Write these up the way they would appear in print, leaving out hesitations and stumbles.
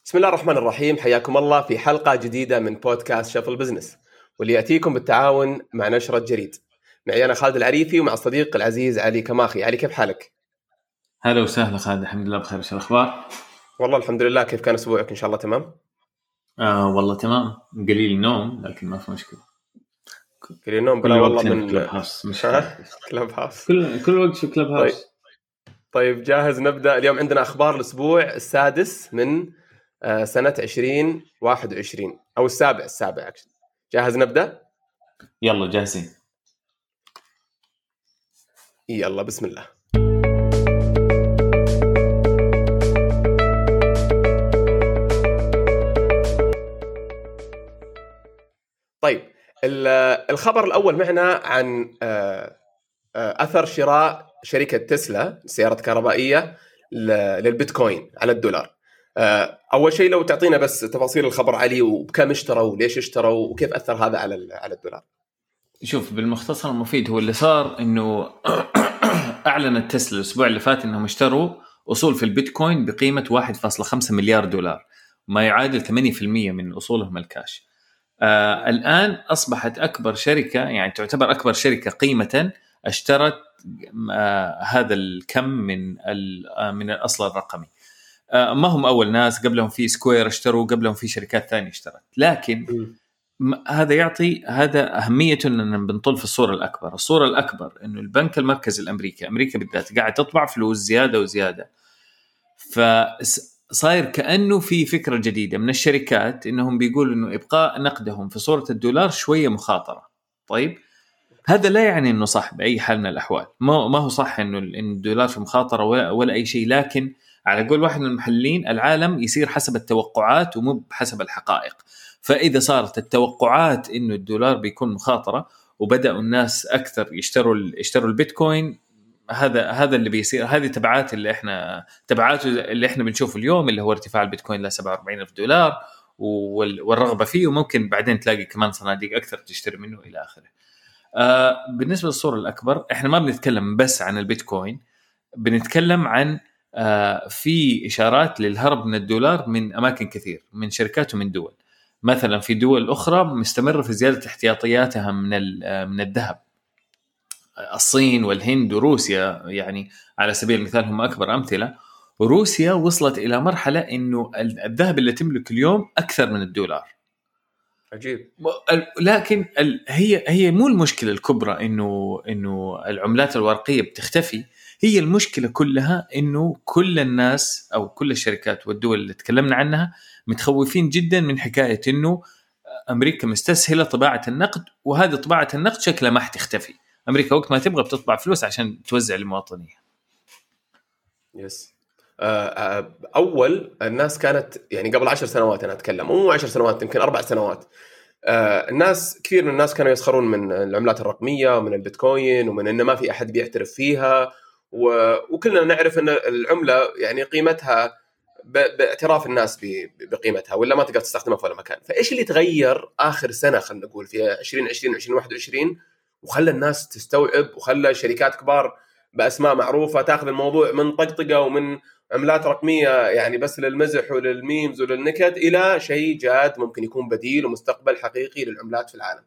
بسم الله الرحمن الرحيم. حياكم الله في حلقة جديدة من بودكاست شفل بزنس، واللي يأتيكم بالتعاون مع نشرة جريد. معي أنا خالد العريفي ومع الصديق العزيز علي كماخي. علي، كيف حالك؟ هلا وسهلا خالد، الحمد لله بخير. شو الأخبار؟ والله الحمد لله. كيف كان أسبوعك؟ إن شاء الله تمام؟ والله تمام، قليل نوم لكن ما في مشكلة. قليل نوم بلا كل والله وقت في من كلب هاوس مشكلة. كلب هاوس. كل وقت في كلب طيب. هاوس. طيب جاهز نبدأ؟ اليوم عندنا أخبار الأسبوع السادس من سنة 2021 أو السابع. جاهز نبدأ؟ يلا جاهزين. يلا بسم الله. طيب، الخبر الأول معنا عن أثر شراء شركة تسلا سيارة كهربائية للبيتكوين على الدولار. أول شيء لو تعطينا بس تفاصيل الخبر علي، وبكم اشتروا وليش اشتروا وكيف أثر هذا على الدولار. شوف، بالمختصر المفيد هو اللي صار إنه أعلنت تسلا الأسبوع اللي فات إنهم اشتروا أصول في البيتكوين بقيمة 1.5 مليار دولار، ما يعادل 8% من أصولهم الكاش. الآن أصبحت أكبر شركة، يعني تعتبر أكبر شركة قيمة اشترت هذا الكم من الأصل الرقمي. ما هم أول ناس، قبلهم في سكوير اشتروا، قبلهم في شركات ثانية اشترت، لكن هذا يعطي هذا أهمية أننا بنطل في الصورة الأكبر. الصورة الأكبر أنه البنك المركزي الأمريكي، أمريكا بالذات، قاعد تطبع فلوس زيادة وزيادة. فصاير كأنه في فكرة جديدة من الشركات أنهم بيقولوا أنه إبقاء نقدهم في صورة الدولار شوية مخاطرة. طيب، هذا لا يعني أنه صح بأي حال من الأحوال، ما هو صح أنه الدولار في مخاطرة ولا أي شيء، لكن على قول واحد من المحللين العالم يصير حسب التوقعات ومو بحسب الحقائق. فإذا صارت التوقعات إنه الدولار بيكون مخاطرة وبدأوا الناس أكثر يشتروا البيتكوين، هذا اللي بيصير. هذه تبعات اللي احنا بنشوفه اليوم، اللي هو ارتفاع البيتكوين ل 47,000 دولار والرغبة فيه، وممكن بعدين تلاقي كمان صناديق أكثر تشتري منه إلى آخره. بالنسبة للصورة الأكبر، احنا ما بنتكلم بس عن البيتكوين، بنتكلم عن في إشارات للهرب من الدولار من أماكن كثير، من شركات ومن دول. مثلا في دول أخرى مستمرة في زيادة احتياطياتها من الذهب. الصين والهند وروسيا، يعني على سبيل المثال هم أكبر أمثلة. وروسيا وصلت إلى مرحلة إنه الذهب اللي تملك اليوم أكثر من الدولار. عجيب. لكن هي مو المشكلة الكبرى إنه العملات الورقية بتختفي. هي المشكلة كلها إنه كل الناس أو كل الشركات والدول اللي تكلمنا عنها متخوفين جدا من حكاية إنه أمريكا مستسهلة طباعة النقد، وهذه طباعة النقد شكلها ما حتختفي. أمريكا وقت ما تبغى بتطبع فلوس عشان توزع لمواطنيها. يس. أول الناس كانت، يعني قبل 10 سنوات أنا أتكلم، مو 10 سنوات، يمكن 4 سنوات، الناس كثير من الناس كانوا يسخرون من العملات الرقمية ومن البيتكوين ومن إن ما في أحد بيعترف فيها، وكلنا نعرف أن العملة يعني قيمتها باعتراف الناس بقيمتها، ولا ما تقدر تستخدمها في ولا مكان. فإيش اللي تغير آخر سنة، خلينا نقول في 2020 2021، وخلى الناس تستوعب، وخلى شركات كبار بأسماء معروفة تأخذ الموضوع من طقطقة ومن عملات رقمية يعني بس للمزح وللميمز وللنكت إلى شيء جاد ممكن يكون بديل ومستقبل حقيقي للعملات في العالم؟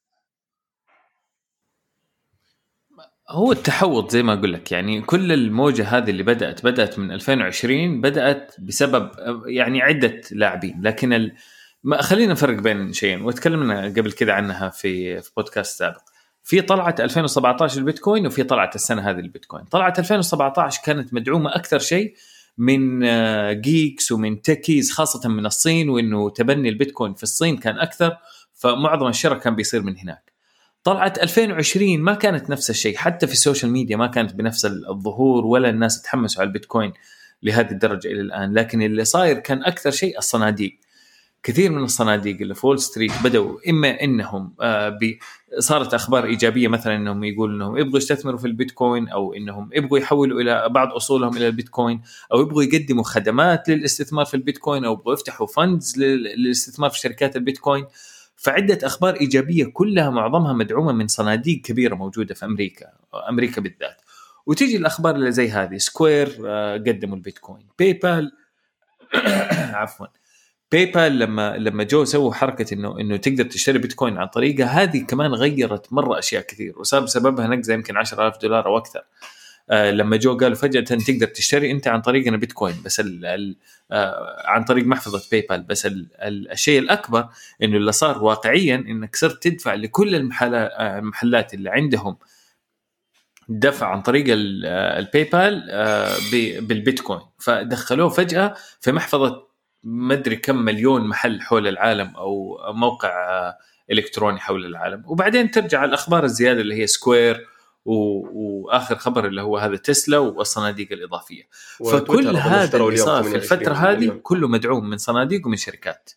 هو التحوط زي ما أقول لك، يعني كل الموجة هذه اللي بدأت من 2020 بدأت بسبب يعني عدة لاعبين، لكن ما خلينا نفرق بين شيئين، وتكلمنا قبل كده عنها في بودكاست سابق. في طلعة 2017 البيتكوين، وفي طلعة السنة هذه البيتكوين. طلعة 2017 كانت مدعومة أكثر شيء من جيكس ومن تكيز، خاصة من الصين، وإنه تبني البيتكوين في الصين كان أكثر، فمعظم الشراء كان بيصير من هناك. طلعت 2020 ما كانت نفس الشيء، حتى في السوشيال ميديا ما كانت بنفس الظهور، ولا الناس تحمسوا على البيتكوين لهذه الدرجة إلى الآن. لكن اللي صاير كان أكثر شيء الصناديق. كثير من الصناديق اللي في وول ستريت بدأوا إما إنهم صارت أخبار إيجابية، مثلا إنهم يقولوا إنهم يبغوا يستثمروا في البيتكوين، أو إنهم يبغوا يحولوا إلى بعض أصولهم إلى البيتكوين، أو يبغوا يقدموا خدمات للاستثمار في البيتكوين، أو يبغوا يفتحوا فندز للاستثمار في شركات البيتكوين. فعدة أخبار إيجابية كلها معظمها مدعومة من صناديق كبيرة موجودة في أمريكا بالذات. وتيجي الأخبار اللي زي هذه، سكوير قدموا البيتكوين، باي بال عفوا باي بال لما جو سووا حركه انه تقدر تشتري بيتكوين عن طريقها، هذه كمان غيرت مره اشياء كثير وصار بسببها نقزه يمكن $10,000 او اكثر. لما جو قالوا فجاه تقدر تشتري انت عن طريقنا بيتكوين بس عن طريق محفظه باي بال. بس الشيء الاكبر انه اللي صار واقعيا انك صرت تدفع لكل المحلات اللي عندهم دفع عن طريق الباي بال بالبيتكوين، فدخلوه فجاه في محفظه ما ادري كم مليون محل حول العالم او موقع الكتروني حول العالم. وبعدين ترجع الاخبار الزياده اللي هي سكوير واخر خبر اللي هو هذا تسلا والصناديق الاضافيه. فكل هذا اللي صار في الفتره هذه كله مدعوم من صناديق ومن شركات.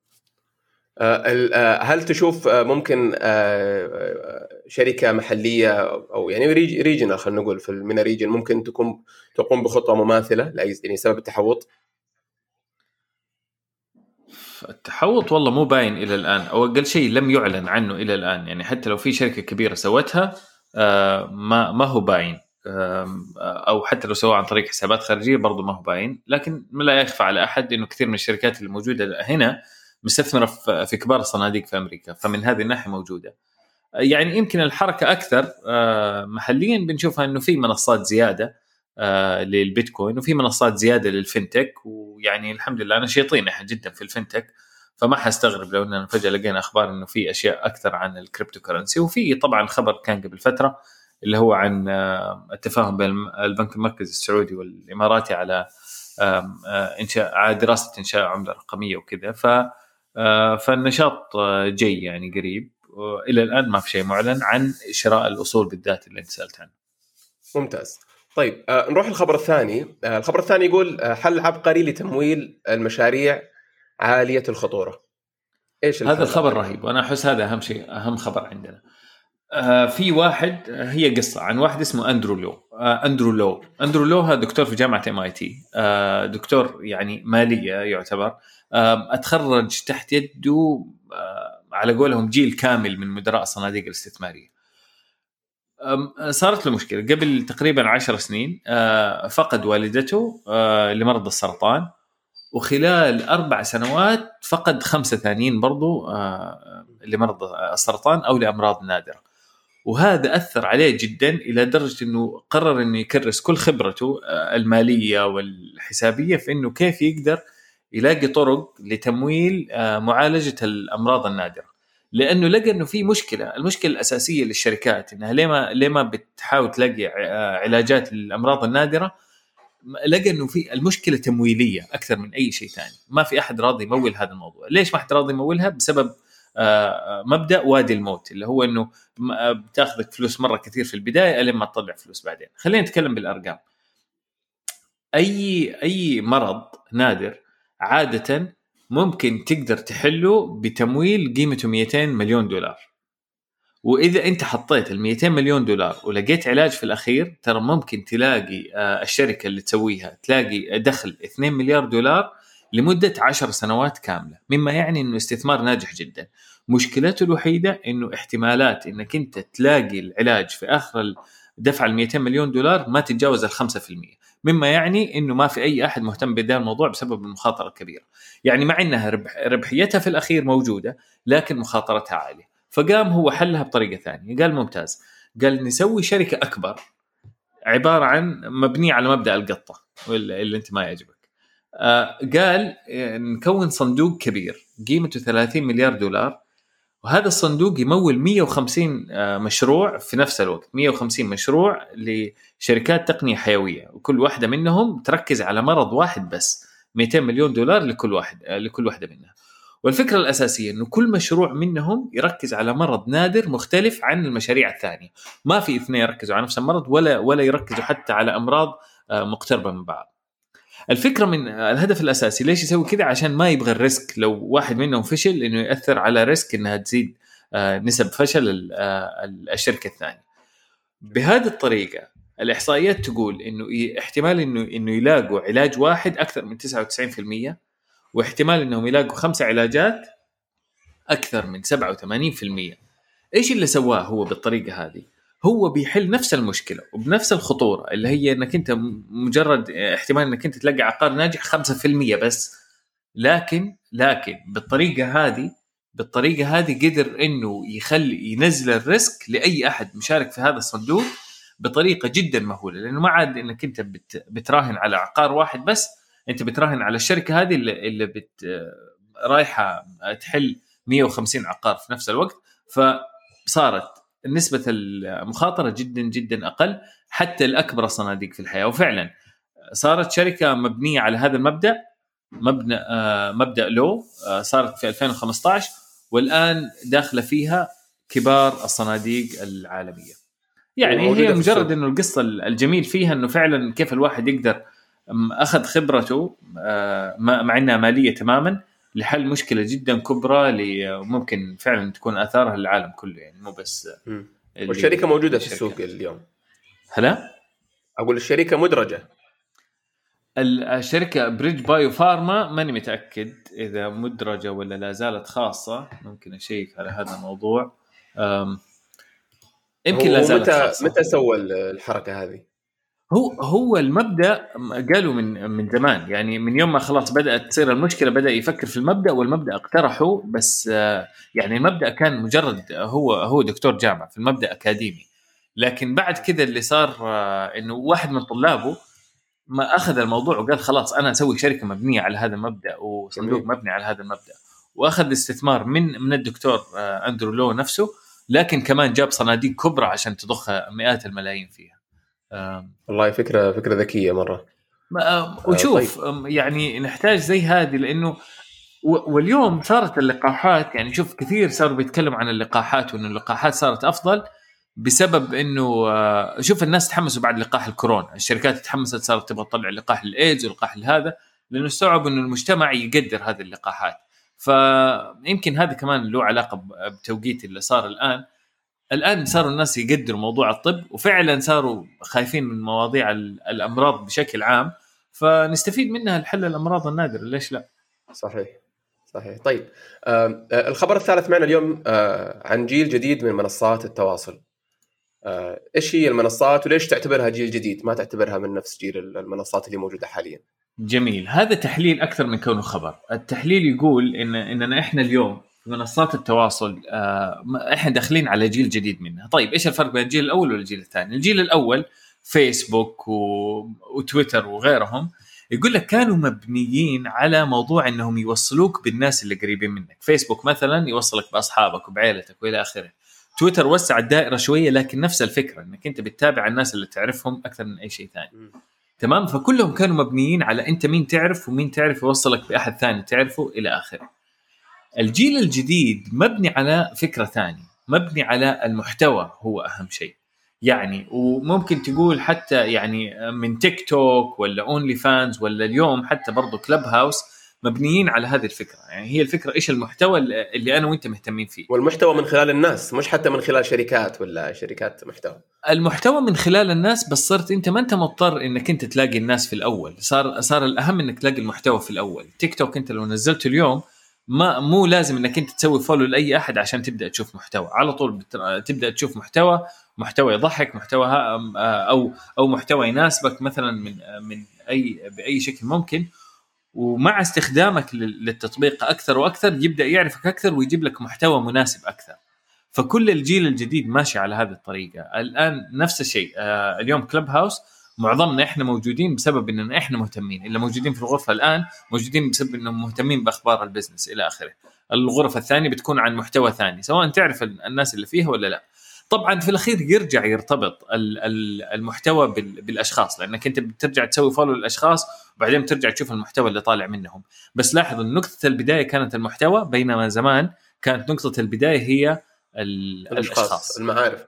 هل تشوف ممكن شركه محليه او يعني ريجنال خلينا نقول في من ريجن ممكن تقوم بخطوه مماثله يعني سبب التحوط؟ التحوط والله مو باين إلى الآن، أو أقل شيء لم يعلن عنه إلى الآن. يعني حتى لو في شركة كبيرة سوتها ما هو باين، أو حتى لو سواه عن طريق حسابات خارجية برضو ما هو باين. لكن لا يخفى على أحد إنه كثير من الشركات اللي موجودة هنا مستثمرة في كبار الصناديق في أمريكا، فمن هذه الناحية موجودة. يعني يمكن الحركة أكثر محليا بنشوفها إنه في منصات زيادة للبيتكوين وفي منصات زيادة للفنتك، ويعني الحمد لله أنا شيطين جدا في الفنتك، فما حستغرب لو أننا فجأة لقينا أخبار أنه في أشياء أكثر عن الكريبتو كرنسي. وفي طبعا خبر كان قبل فترة اللي هو عن التفاهم بين البنك المركزي السعودي والإماراتي على إنشاء دراسة إنشاء عملة رقمية وكذا. فالنشاط جاي يعني قريب. إلى الآن ما في شيء معلن عن شراء الأصول بالذات اللي انت سألت عنه. ممتاز. طيب نروح الخبر الثاني. الخبر الثاني يقول حل عبقري لتمويل المشاريع عالية الخطورة. إيش هذا الخبر رهيب، وأنا أحس هذا أهم شيء، أهم خبر عندنا. في واحد، هي قصة عن واحد اسمه أندرو لو هذا دكتور في جامعة MIT، دكتور يعني مالية يعتبر. أتخرج تحت يده على قولهم جيل كامل من مدراء الصناديق الاستثمارية. صارت له مشكلة قبل تقريبا 10 سنين، فقد والدته لمرض السرطان، وخلال 4 سنوات فقد 5 ثانيين برضو لمرض السرطان أو لأمراض نادرة. وهذا أثر عليه جدا إلى درجة أنه قرر أنه يكرس كل خبرته المالية والحسابية في أنه كيف يقدر يلاقي طرق لتمويل معالجة الأمراض النادرة، لأنه لقى أنه في مشكلة. المشكلة الأساسية للشركات إنها ليه ما بتحاول تلاقي علاجات للأمراض النادرة، لقى أنه في المشكلة تمويلية أكثر من أي شيء تاني. ما في أحد راضي يمول هذا الموضوع. ليش ما أحد راضي يمولها؟ بسبب مبدأ وادي الموت، اللي هو أنه بتاخذك فلوس مرة كثير في البداية لين ما تطلع فلوس بعدين. خلينا نتكلم بالأرقام. أي مرض نادر عادة ممكن تقدر تحله بتمويل قيمته $200 مليون. وإذا أنت حطيت $200 مليون ولقيت علاج في الأخير، ترى ممكن تلاقي الشركة اللي تسويها تلاقي دخل $2 مليار لمدة 10 سنوات كاملة، مما يعني أنه استثمار ناجح جدا. مشكلته الوحيدة أنه احتمالات أنك أنت تلاقي العلاج في آخر دفع $200 مليون ما تتجاوز 5%، مما يعني أنه ما في أي أحد مهتم بهذا الموضوع بسبب المخاطرة الكبيرة. يعني مع أنها ربحيتها في الأخير موجودة لكن مخاطرتها عالية. فقام هو حلها بطريقة ثانية، قال ممتاز، قال نسوي شركة أكبر عبارة عن مبنية على مبدأ القطة اللي أنت ما يعجبك. قال نكون صندوق كبير قيمته $30 مليار، وهذا الصندوق يمول 150 مشروع في نفس الوقت، 150 مشروع لشركات تقنية حيوية، وكل واحدة منهم تركز على مرض واحد بس، $200 مليون لكل واحدة منها. والفكرة الأساسية أنه كل مشروع منهم يركز على مرض نادر مختلف عن المشاريع الثانية. ما في 2 يركزوا على نفس المرض ولا يركزوا حتى على أمراض مقتربة من بعض. الفكرة من الهدف الأساسي ليش يسوي كذا؟ عشان ما يبغى الريسك لو واحد منهم فشل إنه يأثر على ريسك إنها تزيد نسب فشل الشركة الثانية. بهذه الطريقة الإحصائيات تقول إنه احتمال إنه يلاقوا علاج واحد أكثر من 99%، واحتمال إنهم يلاقوا 5 علاجات أكثر من 87%. إيش اللي سواه هو بالطريقة هذه؟ هو بيحل نفس المشكله وبنفس الخطوره اللي هي انك انت مجرد احتمال انك انت تلاقي عقار ناجح 5% بس. لكن بالطريقه هذه قدر انه ينزل الريسك لاي احد مشارك في هذا الصندوق بطريقه جدا مهوله، لانه ما عاد انك انت بتراهن على عقار واحد بس، انت بتراهن على الشركه هذه اللي رايحه تحل 150 عقار في نفس الوقت. فصارت نسبه المخاطره جدا جدا اقل حتى الاكبر الصناديق في الحياه. وفعلا صارت شركه مبنيه على هذا المبدا، مبدا لو صارت في 2015 والان داخله فيها كبار الصناديق العالميه. يعني هي مجرد انه القصه الجميل فيها انه فعلا كيف الواحد يقدر اخذ خبرته مع انها ماليه تماما لحل مشكله جدا كبرى ممكن فعلا تكون اثارها للعالم كله، يعني مو بس. والشركه موجوده في السوق اليوم؟ هلا اقول الشركه مدرجه. الشركه بريدج بايو فارما ماني متاكد اذا مدرجه ولا لا زالت خاصه، ممكن اشيك على هذا الموضوع. يمكن لا زالت خاصه. متى سوى الحركه هذه؟ هو المبدا قالوا من زمان، يعني من يوم ما خلاص بدات تصير المشكله بدا يفكر في المبدا، والمبدا اقترحه، بس يعني المبدا كان مجرد هو دكتور جامعه في المبدا اكاديمي. لكن بعد كذا اللي صار انه واحد من طلابه ما اخذ الموضوع وقال خلاص انا اسوي شركه مبنيه على هذا المبدا وصندوق مبني على هذا المبدا، واخذ استثمار من الدكتور اندرو لو نفسه، لكن كمان جاب صناديق كبرى عشان تضخ مئات الملايين فيها. والله فكره ذكيه مره. وشوف طيب. يعني نحتاج زي هذه، لانه واليوم صارت اللقاحات، يعني شوف كثير صاروا بيتكلموا عن اللقاحات وان اللقاحات صارت افضل بسبب انه شوف الناس تحمسوا بعد لقاح الكورونا، الشركات تحمست صارت تبغى تطلع لقاح الايدز ولقاح هذا، لانه استوعبوا انه المجتمع يقدر هذه اللقاحات. فيمكن هذا كمان له علاقه بتوقيت اللي صار الان صاروا الناس يقدروا موضوع الطب، وفعلا صاروا خايفين من مواضيع الامراض بشكل عام، فنستفيد منها لحل الامراض النادره، ليش لا؟ صحيح. طيب الخبر الثالث معنا اليوم عن جيل جديد من منصات التواصل. ايش هي المنصات وليش تعتبرها جيل جديد ما تعتبرها من نفس جيل المنصات اللي موجوده حاليا؟ جميل، هذا تحليل اكثر من كونه خبر. التحليل يقول اننا احنا اليوم منصات التواصل احنا داخلين على جيل جديد منها. طيب ايش الفرق بين الجيل الاول والجيل الثاني؟ الجيل الاول فيسبوك وتويتر وغيرهم يقول لك كانوا مبنيين على موضوع انهم يوصلوك بالناس اللي قريبين منك. فيسبوك مثلا يوصلك باصحابك وبعائلتك والى اخره. تويتر وسع الدائره شويه لكن نفس الفكره، انك انت بتتابع الناس اللي تعرفهم اكثر من اي شيء ثاني. تمام، فكلهم كانوا مبنيين على انت مين تعرف ومين تعرف يوصلك باحد ثاني تعرفه الى اخره. الجيل الجديد مبني على فكره ثانيه، مبني على المحتوى هو اهم شيء. يعني وممكن تقول حتى يعني من تيك توك ولا اونلي فانز ولا اليوم حتى برضو كلب هاوس مبنيين على هذه الفكره. يعني هي الفكره ايش المحتوى اللي انا وانت مهتمين فيه، والمحتوى من خلال الناس مش حتى من خلال شركات ولا شركات محتوى. المحتوى من خلال الناس، بس صرت انت ما انت مضطر انك انت تلاقي الناس في الاول، صار الاهم انك تلاقي المحتوى في الاول. تيك توك انت لو نزلته اليوم مو لازم انك انت تسوي فولو لاي احد عشان تبدا تشوف محتوى، على طول تبدا تشوف محتوى يضحك، محتوى او محتوى يناسبك مثلا من باي شكل ممكن. ومع استخدامك للتطبيق اكثر واكثر يبدا يعرفك اكثر ويجيب لك محتوى مناسب اكثر. فكل الجيل الجديد ماشي على هذه الطريقه. الان نفس الشيء. اليوم كلب هاوس معظمنا احنا موجودين بسبب اننا احنا مهتمين، اللي موجودين في الغرفه الان موجودين بسبب انهم مهتمين باخبار البزنس الى اخره. الغرفه الثانيه بتكون عن محتوى ثاني سواء تعرف الناس اللي فيها ولا لا. طبعا في الاخير يرجع يرتبط المحتوى بالاشخاص، لانك انت بترجع تسوي فولو للاشخاص وبعدين بترجع تشوف المحتوى اللي طالع منهم. بس لاحظ ان نقطه البدايه كانت المحتوى، بينما زمان كانت نقطه البدايه هي الاشخاص المعارف.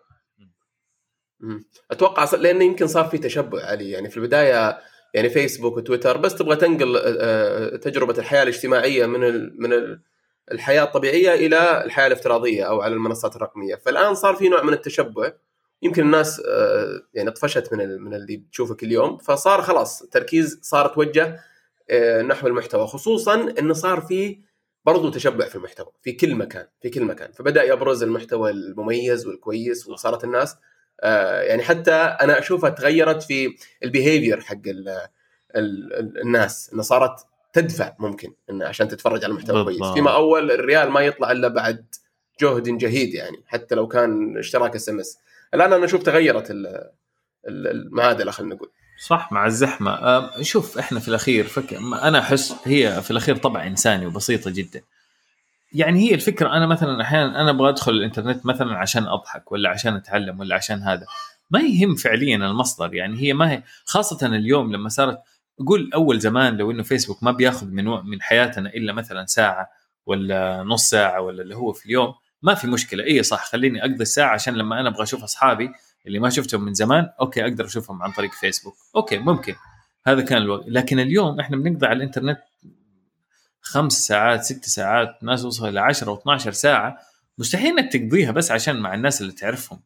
اتوقع لانه يمكن صار في تشبع علي، يعني في البدايه يعني فيسبوك وتويتر بس تبغى تنقل تجربه الحياه الاجتماعيه من الحياه الطبيعيه الى الحياه الافتراضيه او على المنصات الرقميه. فالان صار في نوع من التشبع، يمكن الناس يعني طفشت من اللي تشوفك اليوم، فصار خلاص التركيز صار توجه نحو المحتوى، خصوصا انه صار في برضو تشبع في المحتوى في كل مكان. فبدأ يبرز المحتوى المميز والكويس، وصارت الناس يعني حتى انا اشوفها تغيرت في البيهيفير حق الناس، انه صارت تدفع ممكن إن عشان تتفرج على محتوى كويس. فيما اول الريال ما يطلع الا بعد جهد جهيد، يعني حتى لو كان اشتراك اس ام اس. الان انا اشوف تغيرت المعادله، خلينا نقول. صح، مع الزحمه. شوف احنا في الاخير انا احس هي في الاخير طبع انساني وبسيطه جدا. يعني هي الفكره، انا مثلا احيانا انا ابغى ادخل الانترنت مثلا عشان اضحك ولا عشان اتعلم ولا عشان هذا، ما يهم فعليا المصدر. يعني هي ما هي، خاصه اليوم لما صارت، قول اول زمان لو انه فيسبوك ما بياخذ من حياتنا الا مثلا ساعه ولا نص ساعه ولا اللي هو في اليوم، ما في مشكله. ايه صح، خليني اقضي الساعه عشان لما انا ابغى اشوف اصحابي اللي ما شفتهم من زمان، اوكي اقدر اشوفهم عن طريق فيسبوك، اوكي ممكن هذا كان الوقت. لكن اليوم احنا بنقضي على الانترنت 5 ساعات 6 ساعات، ناس وصل إلى 10 و12 ساعة، مستحيل إنك تقضيها بس عشان مع الناس اللي تعرفهم.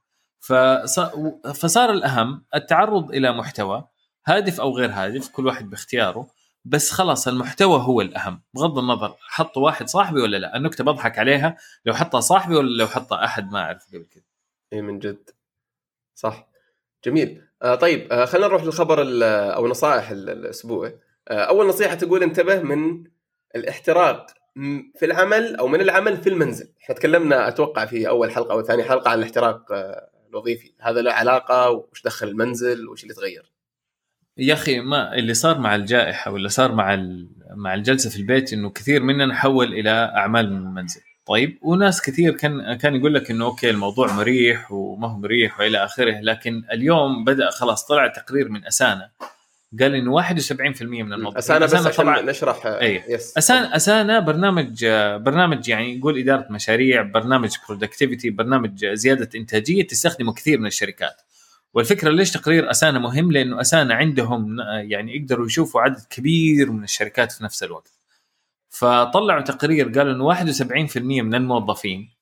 فصار الأهم التعرض إلى محتوى هادف أو غير هادف، كل واحد باختياره، بس خلاص المحتوى هو الأهم بغض النظر حطوا واحد صاحبي ولا لا. النكتة بضحك عليها لو حطها صاحبي ولا لو حطها أحد ما أعرف قبل كده. إيه من جد صح. جميل. طيب خلينا نروح للخبر أو نصائح الأسبوع. أول نصيحة تقول انتبه من الاحتراق في العمل أو من العمل في المنزل. احنا تكلمنا أتوقع في أول حلقة أو ثاني حلقة عن الاحتراق الوظيفي، هذا له علاقة وش دخل المنزل وش اللي تغير؟ يا أخي ما اللي صار مع الجائحة واللي صار مع الجلسة في البيت إنه كثير مننا حول إلى أعمال من المنزل. طيب، وناس كثير كان يقول لك إنه أوكي الموضوع مريح وما هو مريح وإلى آخره، لكن اليوم بدأ خلاص طلع تقرير من أسانا قال إنه 71% من الموظفين. أسانا بس عشان نشرح. أسانا برنامج يعني يقول إدارة مشاريع، برنامج برودكتيفيتي، برنامج زيادة إنتاجية تستخدمه كثير من الشركات. والفكرة ليش تقرير أسانا مهم؟ لأنه أسانا عندهم يعني يقدروا يشوفوا عدد كبير من الشركات في نفس الوقت. فطلعوا تقرير قالوا أنه 71% من الموظفين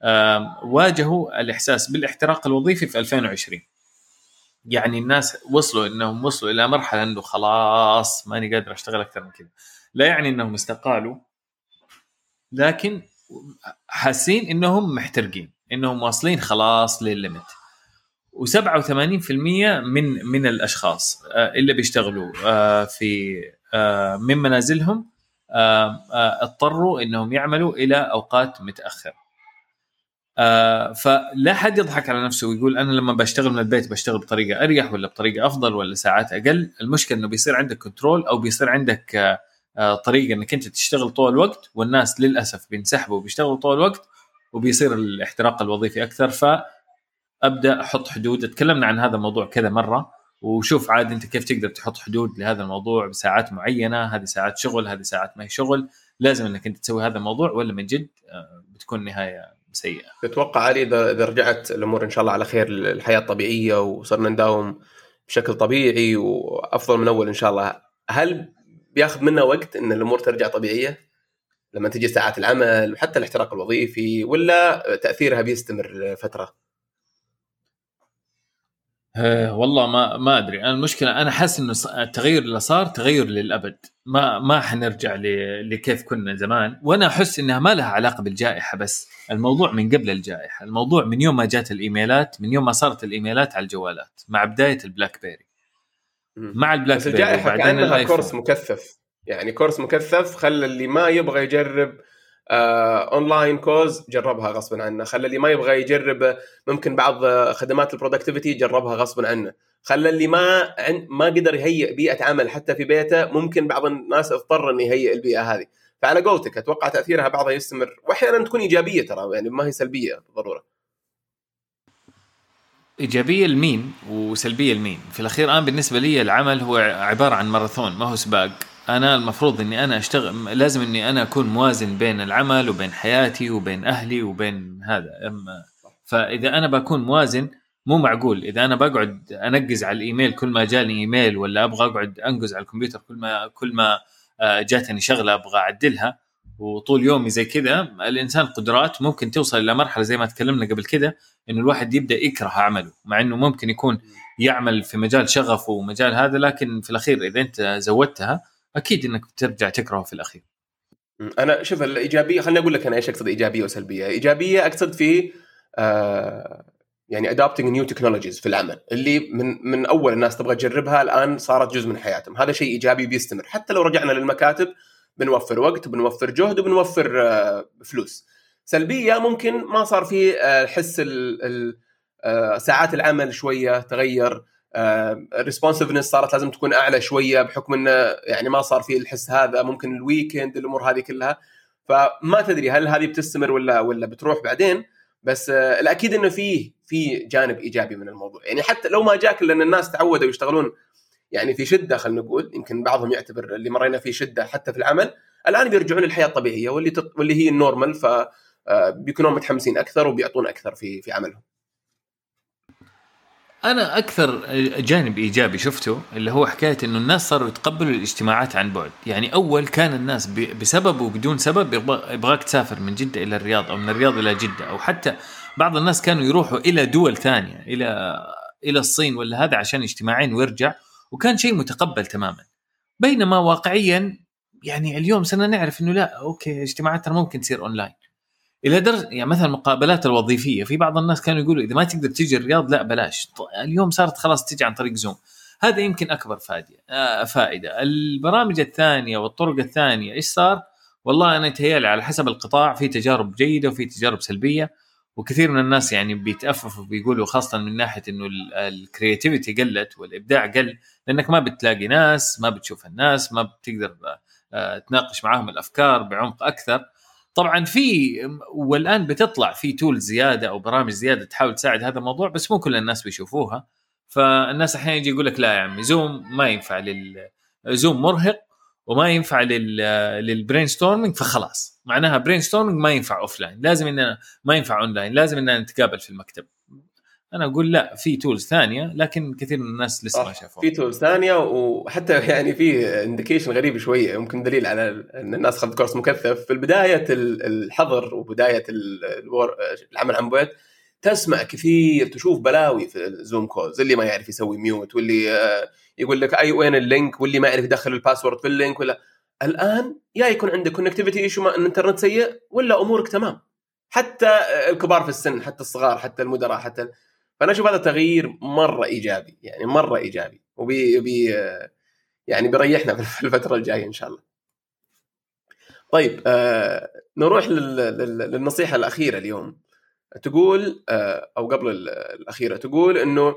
واجهوا الإحساس بالاحتراق الوظيفي في 2020. يعني الناس وصلوا إلى مرحلة أنه خلاص ماني قادر أشتغل أكثر من كذا. لا يعني أنهم استقالوا، لكن حاسين أنهم محترقين، أنهم واصلين خلاص للليمت. و87% من الأشخاص اللي بيشتغلوا في من منازلهم اضطروا إنهم يعملوا إلى أوقات متأخرة. فلا حد يضحك على نفسه ويقول أنا لما بشتغل من البيت بشتغل بطريقة أريح ولا بطريقة أفضل ولا ساعات أقل. المشكلة إنه بيصير عندك كنترول أو بيصير عندك طريقة إنك أنت تشتغل طول الوقت، والناس للأسف بينسحبوا وبيشتغلوا طول الوقت وبيصير الاحتراق الوظيفي أكثر. أبدأ أحط حدود. اتكلمنا عن هذا الموضوع كذا مرة، وشوف عاد أنت كيف تقدر تحط حدود لهذا الموضوع بساعات معينة. هذه ساعات شغل، هذه ساعات ما هي شغل. لازم أنك أنت تسوي هذا الموضوع ولا من جد بتكون نهاية سيئة. تتوقع علي إذا رجعت الأمور إن شاء الله على خير الحياة الطبيعية وصرنا نداوم بشكل طبيعي وأفضل من أول إن شاء الله، هل بياخذ منا وقت إن الأمور ترجع طبيعية لما تجي ساعات العمل وحتى الاحتراق الوظيفي، ولا تأثيرها بيستمر فترة؟ والله ما أدري. أنا المشكلة أنا حاسس إنه التغير اللي صار تغير للأبد، ما حنرجع لكيف كنا زمان. وأنا أحس إنها ما لها علاقة بالجائحة بس، الموضوع من قبل الجائحة. الموضوع من يوم ما جات الإيميلات، من يوم ما صارت الإيميلات على الجوالات مع بداية البلاك بيري. مع البلاك بس الجائحة كأنها كورس مكثف، يعني كورس مكثف خلى اللي ما يبغى يجرب اونلاين كورس جربها غصبا عنه، خلى اللي ما يبغى يجرب ممكن بعض خدمات البرودكتيفيتي جربها غصبا عنه، خلى اللي ما قدر يهيئ بيئة عمل حتى في بيته ممكن بعض الناس اضطر انه يهيئ البيئة هذه. فعلى قولتك اتوقع تأثيرها بعضها يستمر، واحيانا تكون ايجابية ترى، يعني ما هي سلبية بالضرورة. إيجابية المين وسلبية المين. في الأخير أنا بالنسبة لي العمل هو عبارة عن ماراثون ما هو سباق. أنا المفروض إني أنا أشتغل، لازم إني أنا أكون موازن بين العمل وبين حياتي وبين أهلي وبين هذا. فإذا أنا بكون موازن، مو معقول إذا أنا بقعد أنقز على الإيميل كل ما جاني إيميل، ولا أبغى أقعد أنقز على الكمبيوتر كل ما جاتني شغلة أبغى أعدلها، وطول يومي زي كذا. الإنسان قدرات ممكن توصل إلى مرحلة زي ما تكلمنا قبل كده، إنه الواحد يبدأ يكره عمله، مع إنه ممكن يكون يعمل في مجال شغفه ومجال هذا، لكن في الأخير إذا أنت زودتها أكيد إنك ترجع تكرهه في الأخير. أنا شوف الإيجابية، خليني أقول لك أنا إيش أقصد إيجابية وسلبية. إيجابية أقصد في يعني adopting new technologies في العمل اللي من اول الناس تبغى تجربها الان صارت جزء من حياتهم. هذا شيء ايجابي بيستمر. حتى لو رجعنا للمكاتب بنوفر وقت وبنوفر جهد وبنوفر فلوس. سلبيه ممكن ما صار في حس ساعات العمل شويه تغير، responsiveness صارت لازم تكون اعلى شويه بحكم انه يعني ما صار في الحس هذا. ممكن الويكند الامور هذه كلها، فما تدري هل هذه بتستمر ولا بتروح بعدين. بس الاكيد انه في جانب ايجابي من الموضوع. يعني حتى لو ما جاك لان الناس تعودوا يشتغلون يعني في شده، خلينا نقول يمكن بعضهم يعتبر اللي مرينا فيه شده حتى في العمل، الان بيرجعون للحياه الطبيعيه واللي هي النورمال، ف بيكونوا متحمسين اكثر وبيعطون اكثر في عملهم. انا اكثر جانب ايجابي شفته اللي هو حكايه انه الناس صاروا يتقبلوا الاجتماعات عن بعد. يعني اول كان الناس بسبب وبدون سبب يبغاك تسافر من جده الى الرياض او من الرياض الى جده، او حتى بعض الناس كانوا يروحوا الى دول ثانيه الى الصين ولا هذا عشان اجتماعين ويرجع، وكان شيء متقبل تماما. بينما واقعيا يعني اليوم صرنا نعرف انه لا اوكي اجتماعات ممكن تصير اونلاين الى درجه يعني مثلا المقابلات الوظيفيه في بعض الناس كانوا يقولوا اذا ما تقدر تيجي الرياض لا بلاش. اليوم صارت خلاص تيجي عن طريق زوم. هذا يمكن اكبر فائده. البرامج الثانيه والطرق الثانيه ايش صار؟ والله انا اتهيالي على حسب القطاع في تجارب جيده وفي تجارب سلبيه، وكثير من الناس يعني بيتأففوا وبيقولوا خاصه من ناحيه انه الكرياتيفيتي قلت والابداع قل، لانك ما بتلاقي ناس، ما بتشوف الناس، ما بتقدر تناقش معهم الافكار بعمق اكثر. طبعا في والان بتطلع في تول زياده او برامج زياده تحاول تساعد هذا الموضوع، بس مو كل الناس بيشوفوها. فالناس احيانا يجي يقول لك لا يا عمي زوم ما ينفع، زوم مرهق وما ينفع للبرين ستورمينج، فخلاص معناها برين ستورمينج ما ينفع اوفلاين، لازم اننا ما ينفع اونلاين، لازم اننا نتقابل في المكتب. انا اقول لا، في تولز ثانيه لكن كثير من الناس لسه ما شافوها. في تولز ثانيه، وحتى يعني في انديكيشن غريب شويه يمكن دليل على ان الناس خذت كورس مكثف في بدايه الحظر وبدايه العمل عن بعد. تسمع كثير، تشوف بلاوي في الزوم كولز، اللي ما يعرف يسوي ميوت، واللي يقول لك اي وين اللينك، واللي ما يعرف يدخل الباسورد في اللينك. ولا الان يا يكون عندك كونكتيفيتي ايشو، الانترنت سيء، ولا امورك تمام. حتى الكبار في السن، حتى الصغار، حتى المدراء، حتى فأنا أشوف هذا تغيير مرة إيجابي، يعني مرة إيجابي، يعني بيريحنا في الفترة الجاية إن شاء الله. طيب نروح للنصيحة الأخيرة اليوم. تقول أو قبل الأخيرة تقول إنه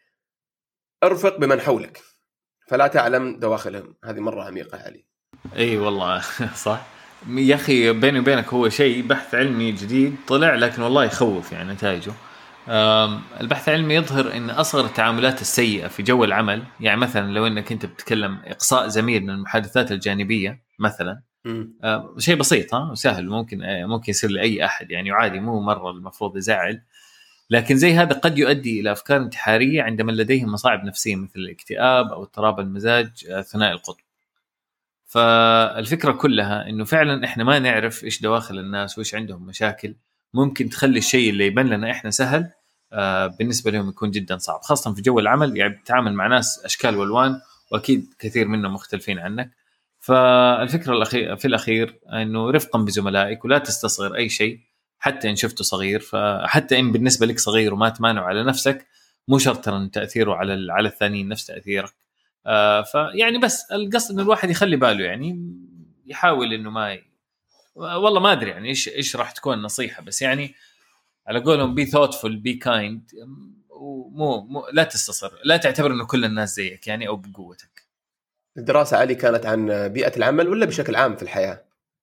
أرفق بمن حولك فلا تعلم دواخلهم. هذه مرة عميقة علي. أي والله صح يا أخي. بيني وبينك هو شيء بحث علمي جديد طلع، لكن والله يخوف يعني نتائجه. البحث العلمي يظهر ان اصغر التعاملات السيئه في جو العمل، يعني مثلا لو انك انت بتتكلم اقصاء زميل من المحادثات الجانبيه مثلا، شيء بسيط وسهل، ممكن يصير لاي احد يعني عادي، مو مره المفروض يزعل، لكن زي هذا قد يؤدي الى افكار انتحاريه عند من لديهم مصاعب نفسيه مثل الاكتئاب او اضطراب المزاج ثنائي القطب. فالفكره كلها انه فعلا احنا ما نعرف ايش دواخل الناس وايش عندهم مشاكل، ممكن تخلي الشيء اللي يبان لنا احنا سهل بالنسبه لهم يكون جدا صعب، خاصه في جو العمل. يعني بتتعامل مع ناس اشكال والوان، واكيد كثير منهم مختلفين عنك. فالفكره في الاخير انه رفقا بزملائك، ولا تستصغر اي شيء حتى ان شفته صغير. فحتى ان بالنسبه لك صغير وما تمانع على نفسك، مو شرط ان تاثيره على الثانيين نفس تاثيرك. فيعني بس القصد ان الواحد يخلي باله، يعني يحاول انه والله ما ادري يعني ايش راح تكون النصيحه، بس يعني على قولهم be thoughtful be kind، ومو لا تستصغر، لا تعتبر انه كل الناس زيك يعني او بقوتك. الدراسه علي كانت عن بيئه العمل ولا بشكل عام في الحياه؟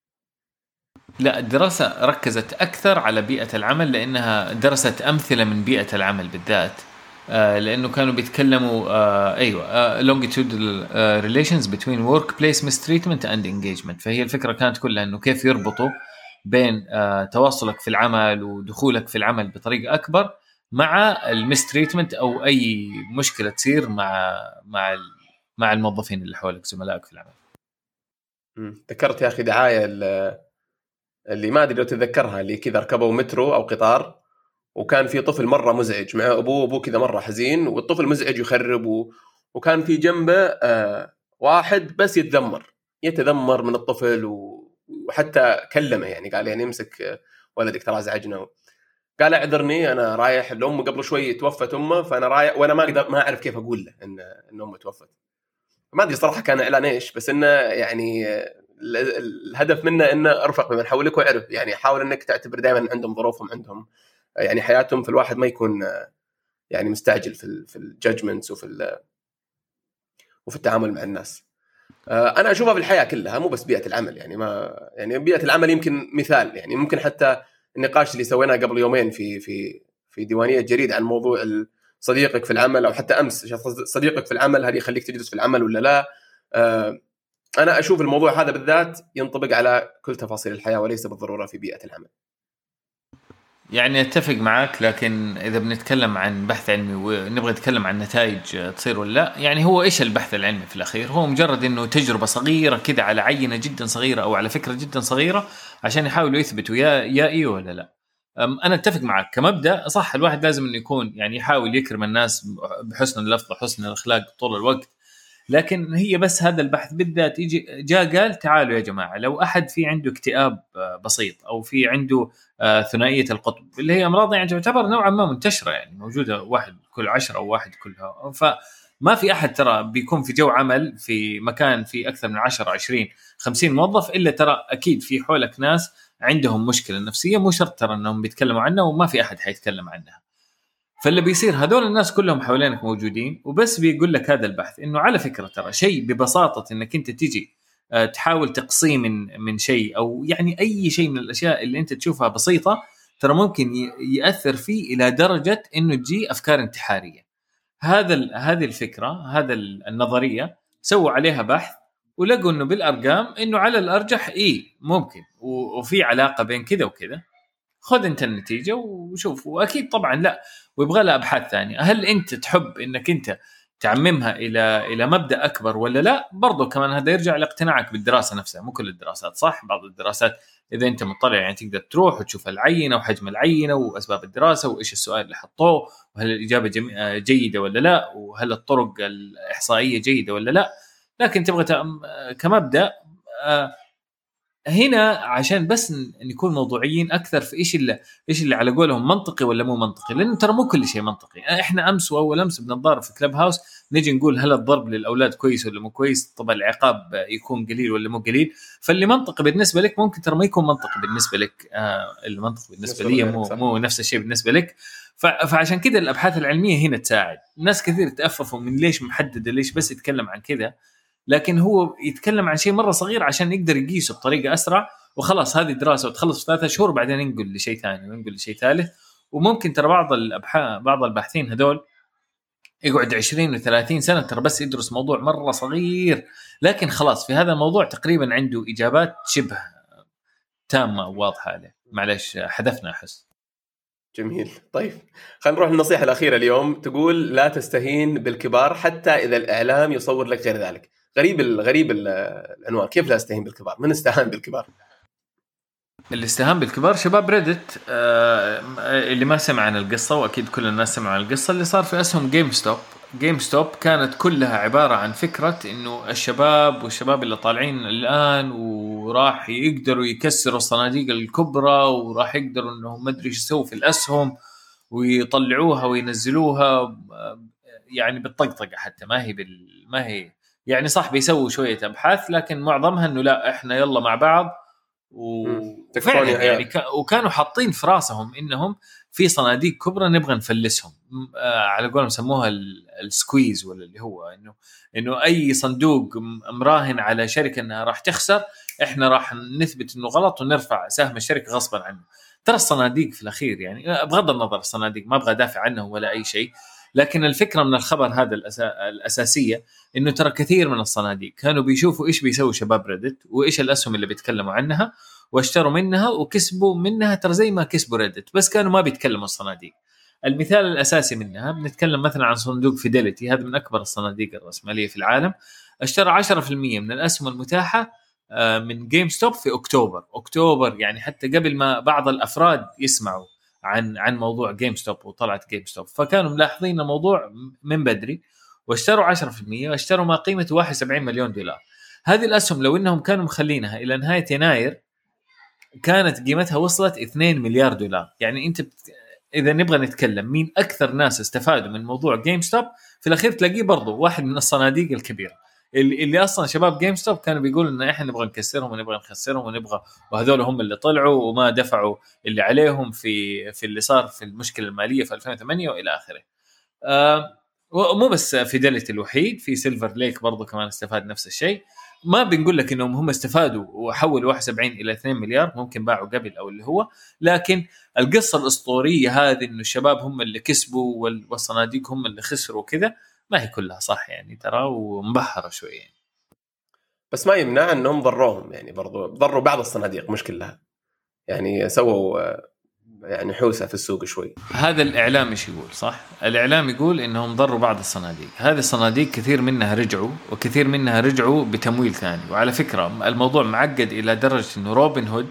لا، الدراسه ركزت اكثر على بيئه العمل، لانها درست امثله من بيئه العمل بالذات. لانه كانوا بيتكلموا longitudinal relations between workplace mistreatment and engagement. فهي الفكره كانت كلها انه كيف يربطوا بين تواصلك في العمل ودخولك في العمل بطريقه اكبر مع المستريتمنت او اي مشكله تصير مع الموظفين اللي حولك، زملائك في العمل. ذكرت يا اخي دعايه اللي ما ادري لو تتذكرها، اللي كذا ركبوا مترو او قطار، وكان في طفل مرة مزعج مع أبوه كذا مرة حزين، والطفل مزعج يخرب وكان في جنبه واحد بس يتذمر من الطفل، وحتى كلمه، يعني قال يعني امسك ولدك ترى ازعجنا. قال اعذرني انا رايح، الام قبل شوي توفت امه، فانا رايح وانا ما اعرف كيف اقول له ان امه توفت. ما ادري صراحه كان اعلان ايش، بس انه يعني الهدف منه انه ارفق بمن حولك، وعرف يعني حاول انك تعتبر دائما عندهم ظروفهم، عندهم يعني حياتهم، في الواحد ما يكون يعني مستعجل في الجادجمنتس وفي التعامل مع الناس. انا اشوفها في الحياه كلها، مو بس بيئه العمل. يعني ما يعني بيئه العمل يمكن مثال، يعني ممكن حتى النقاش اللي سويناه قبل يومين في ديوانيه جريد عن موضوع صديقك في العمل، او حتى امس صديقك في العمل هل يخليك تجلس في العمل ولا لا. انا اشوف الموضوع هذا بالذات ينطبق على كل تفاصيل الحياه وليس بالضروره في بيئه العمل. يعني اتفق معك، لكن اذا بنتكلم عن بحث علمي ونبغى نتكلم عن نتائج تصير ولا لا، يعني هو ايش البحث العلمي في الاخير؟ هو مجرد انه تجربه صغيره كذا على عينه جدا صغيره او على فكره جدا صغيره عشان يحاولوا يثبتوا يا ايوه ولا لا. انا اتفق معك كمبدا، صح الواحد لازم انه يكون يعني يحاول يكرم الناس بحسن اللفظ وحسن الاخلاق طول الوقت، لكن هي بس هذا البحث بالذات يجي جاء قال تعالوا يا جماعه، لو احد في عنده اكتئاب بسيط او في عنده ثنائيه القطب اللي هي امراض يعني تعتبر نوعا ما منتشره، يعني موجوده 1 كل 10 او 1 كلها، فما في احد ترى بيكون في جو عمل في مكان في اكثر من 10 20 50 موظف الا ترى اكيد في حولك ناس عندهم مشكله نفسيه، مو شرط ترى انهم بيتكلموا عنها وما في احد حيتكلم عنها. فاللي بيصير هذول الناس كلهم حوالينك موجودين، وبس بيقول لك هذا البحث انه على فكره ترى شيء ببساطه انك انت تجي تحاول تقصيه من شيء، او يعني اي شيء من الاشياء اللي انت تشوفها بسيطه ترى ممكن ياثر فيه الى درجه انه تجي افكار انتحاريه. هذه الفكره، هذا النظريه سووا عليها بحث ولقوا انه بالارقام انه على الارجح ممكن وفي علاقه بين كذا وكذا. خذ انت النتيجه وشوف، واكيد طبعا لا ويبغى لها ابحاث ثانيه. هل انت تحب انك انت تعممها الى مبدا اكبر ولا لا؟ برضو كمان هذا يرجع لاقتناعك بالدراسه نفسها، مو كل الدراسات صح، بعض الدراسات اذا انت مطلع يعني تقدر تروح وتشوف العينه وحجم العينه واسباب الدراسه وايش السؤال اللي حطوه وهل الاجابه جيده ولا لا، وهل الطرق الاحصائيه جيده ولا لا. لكن تبغى كمبدا هنا عشان بس نكون موضوعيين اكثر في ايش اللي على قولهم منطقي ولا مو منطقي، لانه ترى مو كل شيء منطقي. احنا امس واول امس بنتضارب في كلب هاوس نجي نقول هل الضرب للاولاد كويس ولا مو كويس، طبعا العقاب يكون قليل ولا مو قليل. فاللي منطقي بالنسبه لك ممكن ترى ما يكون منطقي بالنسبه لك، المنطق بالنسبه لي مو نفس الشيء بالنسبه لك. فعشان كده الابحاث العلميه هنا تساعد. ناس كثير تأففوا من ليش محدد، ليش بس يتكلم عن كذا، لكن هو يتكلم عن شيء مرة صغير عشان يقدر يقيسه بطريقة أسرع، وخلاص هذه دراسة وتخلص في 3 شهور بعدين ننقل لشيء ثاني وننقل لشيء ثالث. وممكن ترى بعض الباحثين هذول يقعد 20 و30 سنة ترى بس يدرس موضوع مرة صغير، لكن خلاص في هذا الموضوع تقريبا عنده إجابات شبه تامة وواضحة عليه. معلش حذفنا أحس. جميل. طيب خلينا نروح للنصيحة الأخيرة اليوم، تقول لا تستهين بالكبار حتى إذا الإعلام يصور لك غير ذلك. غريب العنوان، كيف لا استهين بالكبار؟ من استهان بالكبار؟ اللي استهان بالكبار شباب ريدت. اللي ما سمع عن القصة، وأكيد كل الناس سمعوا عن القصة اللي صار في أسهم جيم ستوب كانت كلها عبارة عن فكرة إنه الشباب اللي طالعين الآن وراح يقدروا يكسروا الصناديق الكبرى وراح يقدروا إنهم ما أدري إيش يسووا في الأسهم ويطلعوها وينزلوها يعني بالطقطقة، حتى ما هي يعني صح بيسووا شوية أبحاث لكن معظمها إنه لا إحنا يلا مع بعض وفعلا يعني وكانوا حاطين في راسهم انهم في صناديق كبرى نبغى نفلسهم، على قولهم سموها السكويز، ولا اللي هو انه اي صندوق مراهن على شركه انها راح تخسر احنا راح نثبت انه غلط ونرفع سهم الشركه غصبا عنه. ترى الصناديق في الاخير يعني بغض النظر الصناديق ما ابغى ادافع عنه ولا اي شيء، لكن الفكره من الخبر هذا الاساسيه انه ترى كثير من الصناديق كانوا بيشوفوا ايش بيسوي شباب ريدت وايش الاسهم اللي بيتكلموا عنها واشتروا منها وكسبوا منها، ترى زي ما كسبوا ريدت بس كانوا ما بيتكلموا الصناديق. المثال الاساسي منها بنتكلم مثلا عن صندوق فيديليتي، هذا من اكبر الصناديق الرأسمالية في العالم، اشترى 10% من الاسهم المتاحه من جيم ستوب في اكتوبر، يعني حتى قبل ما بعض الافراد يسمعوا عن موضوع جيم ستوب وطلعت جيم ستوب، فكانوا ملاحظين الموضوع من بدري واشتروا 10% واشتروا ما قيمته $71 مليون. هذه الأسهم لو إنهم كانوا مخلينها إلى نهاية يناير كانت قيمتها وصلت 2 مليار دولار. يعني انت اذا نبغى نتكلم مين اكثر ناس استفادوا من موضوع جيم ستوب، في الاخير تلاقيه برضو واحد من الصناديق الكبيره اللي اصلا شباب جيم ستوب كانوا بيقولوا ان احنا نبغى نكسرهم ونبغى نخسرهم ونبغى، وهذول هم اللي طلعوا وما دفعوا اللي عليهم في اللي صار في المشكله الماليه في 2008 والى اخره. ومو بس فيدلتي الوحيد، في سيلفر ليك برضو كمان استفاد نفس الشيء. ما بنقول لك انهم هم استفادوا وحولوا 71 الى 2 مليار، ممكن باعوا قبل او اللي هو، لكن القصه الاسطوريه هذه انه الشباب هم اللي كسبوا والصناديق هم اللي خسروا كذا، ما هي كلها صح يعني ترى، ومبحره شويه يعني. بس ما يمنع انهم ضروهم، يعني برضو ضروا بعض الصناديق مش كلها، يعني سووا يعني حوسه في السوق شوي. هذا الاعلام ايش يقول؟ صح، الاعلام يقول انهم ضروا بعض الصناديق. هذه الصناديق كثير منها رجعوا، وكثير منها رجعوا بتمويل ثاني. وعلى فكره الموضوع معقد الى درجه انه روبن هود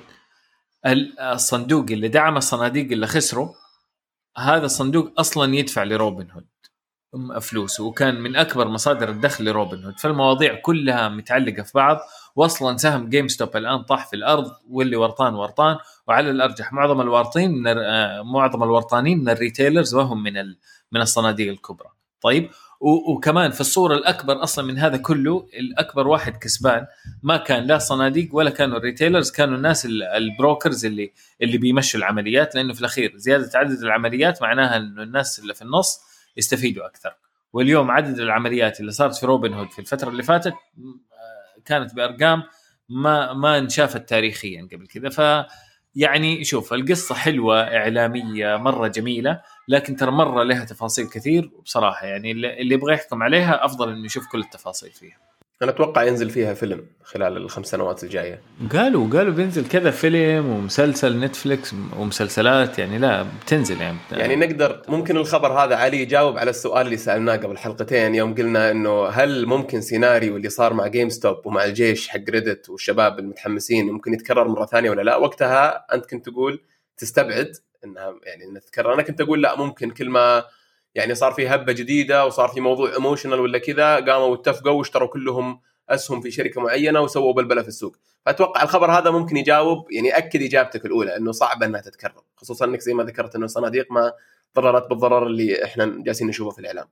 الصندوق اللي دعم الصناديق اللي خسروا، هذا الصندوق اصلا يدفع لروبن هود فلوسه، وكان من اكبر مصادر الدخل لروبن هود. فالمواضيع كلها متعلقه في بعض، واصلا سهم جيم ستوب الان طاح في الارض، واللي ورطان، وعلى الارجح معظم الورطانين من الريتيلرز وهم من الصناديق الكبرى. طيب، وكمان في الصوره الاكبر اصلا من هذا كله، الاكبر واحد كسبان ما كان لا صناديق ولا كانوا الريتيلرز، كانوا الناس البروكرز اللي بيمشوا العمليات، لانه في الاخير زياده عدد العمليات معناها انه الناس اللي في النص يستفيدوا اكثر. واليوم عدد العمليات اللي صارت في روبن هود في الفتره اللي فاتت كانت بارقام ما انشافت تاريخيا قبل كذا. ف يعني شوف، القصه حلوه اعلاميه مره جميله، لكن ترى مره لها تفاصيل كثير، وبصراحه يعني اللي يبغى يحكم عليها افضل انه يشوف كل التفاصيل فيها. انا اتوقع ينزل فيها فيلم خلال ال5 سنوات الجايه. قالوا بينزل كذا فيلم ومسلسل نتفليكس ومسلسلات، يعني لا بتنزل يعني نقدر ممكن الخبر هذا علي يجاوب على السؤال اللي سألناه قبل حلقتين، يوم قلنا انه هل ممكن سيناريو اللي صار مع جيم ستوب ومع الجيش حق ريدت والشباب المتحمسين ممكن يتكرر مرة ثانية ولا لا؟ وقتها انت كنت تقول تستبعد انها يعني تتكرر، انا كنت اقول لا، ممكن كل ما يعني صار في هبة جديدة وصار في موضوع ايموشنال ولا كذا، قاموا واتفقوا واشتروا كلهم أسهم في شركة معينة وسووا بلبلة في السوق. فأتوقع الخبر هذا ممكن يجاوب، يعني أكد إجابتك الأولى أنه صعب أنها تتكرر، خصوصاً أنك زي ما ذكرت أنه صناديق ما ضررت بالضرر اللي إحنا جالسين نشوفه في الإعلام.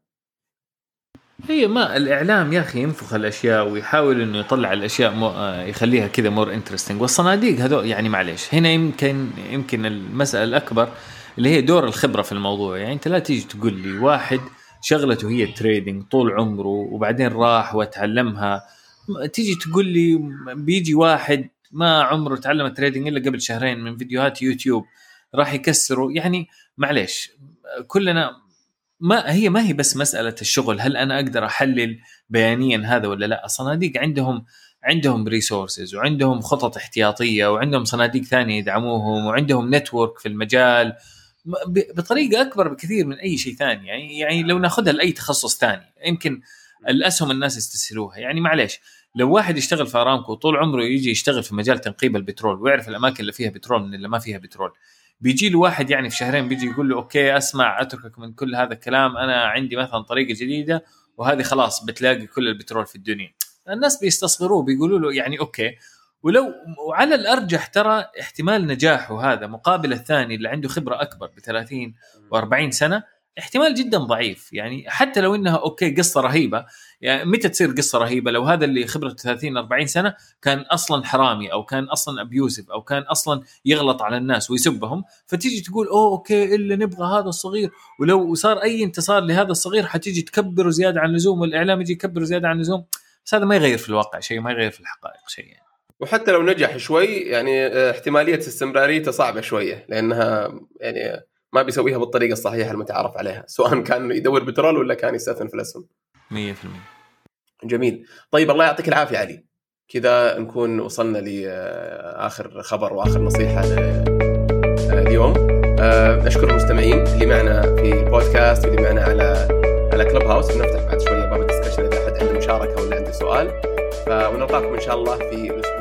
هي ما الإعلام يا أخي ينفخ الأشياء ويحاول إنه يطلع الأشياء يخليها كذا مور انترستينج، والصناديق هذول يعني معليش هنا يمكن المسألة الأكبر اللي هي دور الخبرة في الموضوع. يعني أنت لا تيجي تقول لي واحد شغلته هي التريدينج طول عمره وبعدين راح وتعلمها، تيجي تقول لي بيجي واحد ما عمره تعلم التريدينج إلا قبل شهرين من فيديوهات يوتيوب راح يكسره. يعني معليش كلنا ما هي بس مسألة الشغل، هل أنا أقدر أحلل بيانيا هذا ولا لا؟ الصناديق عندهم ريسورسز وعندهم خطط احتياطية وعندهم صناديق ثانية يدعموهم وعندهم نتورك في المجال بطريقة أكبر بكثير من أي شيء ثاني. يعني لو ناخدها لأي تخصص ثاني يمكن الأسهم الناس يستسهلوها. يعني معليش لو واحد يشتغل في أرامكو طول عمره يجي يشتغل في مجال تنقيب البترول ويعرف الأماكن اللي فيها بترول من اللي ما فيها بترول، بيجي له واحد يعني في شهرين بيجي يقول له أوكي أسمع أتركك من كل هذا الكلام، أنا عندي مثلا طريقة جديدة وهذه خلاص بتلاقي كل البترول في الدنيا، الناس بيستصغروه بيقولوا له يعني أوكي. وعلى الأرجح ترى احتمال نجاحه هذا مقابل الثاني اللي عنده خبرة أكبر ب30 و40 سنة احتمال جدا ضعيف. يعني حتى لو إنها أوكي قصة رهيبة، يعني متى تصير قصة رهيبة؟ لو هذا اللي خبرته 30-40 سنة كان أصلا حرامي أو كان أصلا أبيوسف أو كان أصلا يغلط على الناس ويسبهم، فتيجي تقول أوكي اللي نبغى هذا الصغير، ولو صار أي انتصار لهذا الصغير حتيجي تكبره زيادة عن اللزوم والإعلام يجي يكبره زيادة عن اللزوم. بس هذا ما يغير في الواقع شيء، ما يغير في الحقائق شيء يعني. وحتى لو نجح شوي يعني احتمالية استمراريته صعبة شوية، لأنها يعني ما بيسويها بالطريقة الصحيحة المتعارف عليها، سواء كان يدور بترول ولا كان يستثمر في الأسهم 100%. جميل. طيب الله يعطيك العافية علي، كذا نكون وصلنا لآخر خبر وآخر نصيحة اليوم. نشكر المستمعين اللي معنا في البودكاست واللي معنا على كلوب هاوس، ونفتح بعد شوية باب الدسكشن إذا أحد عنده مشاركة ولا عنده سؤال، ونلقاكم إن شاء الله في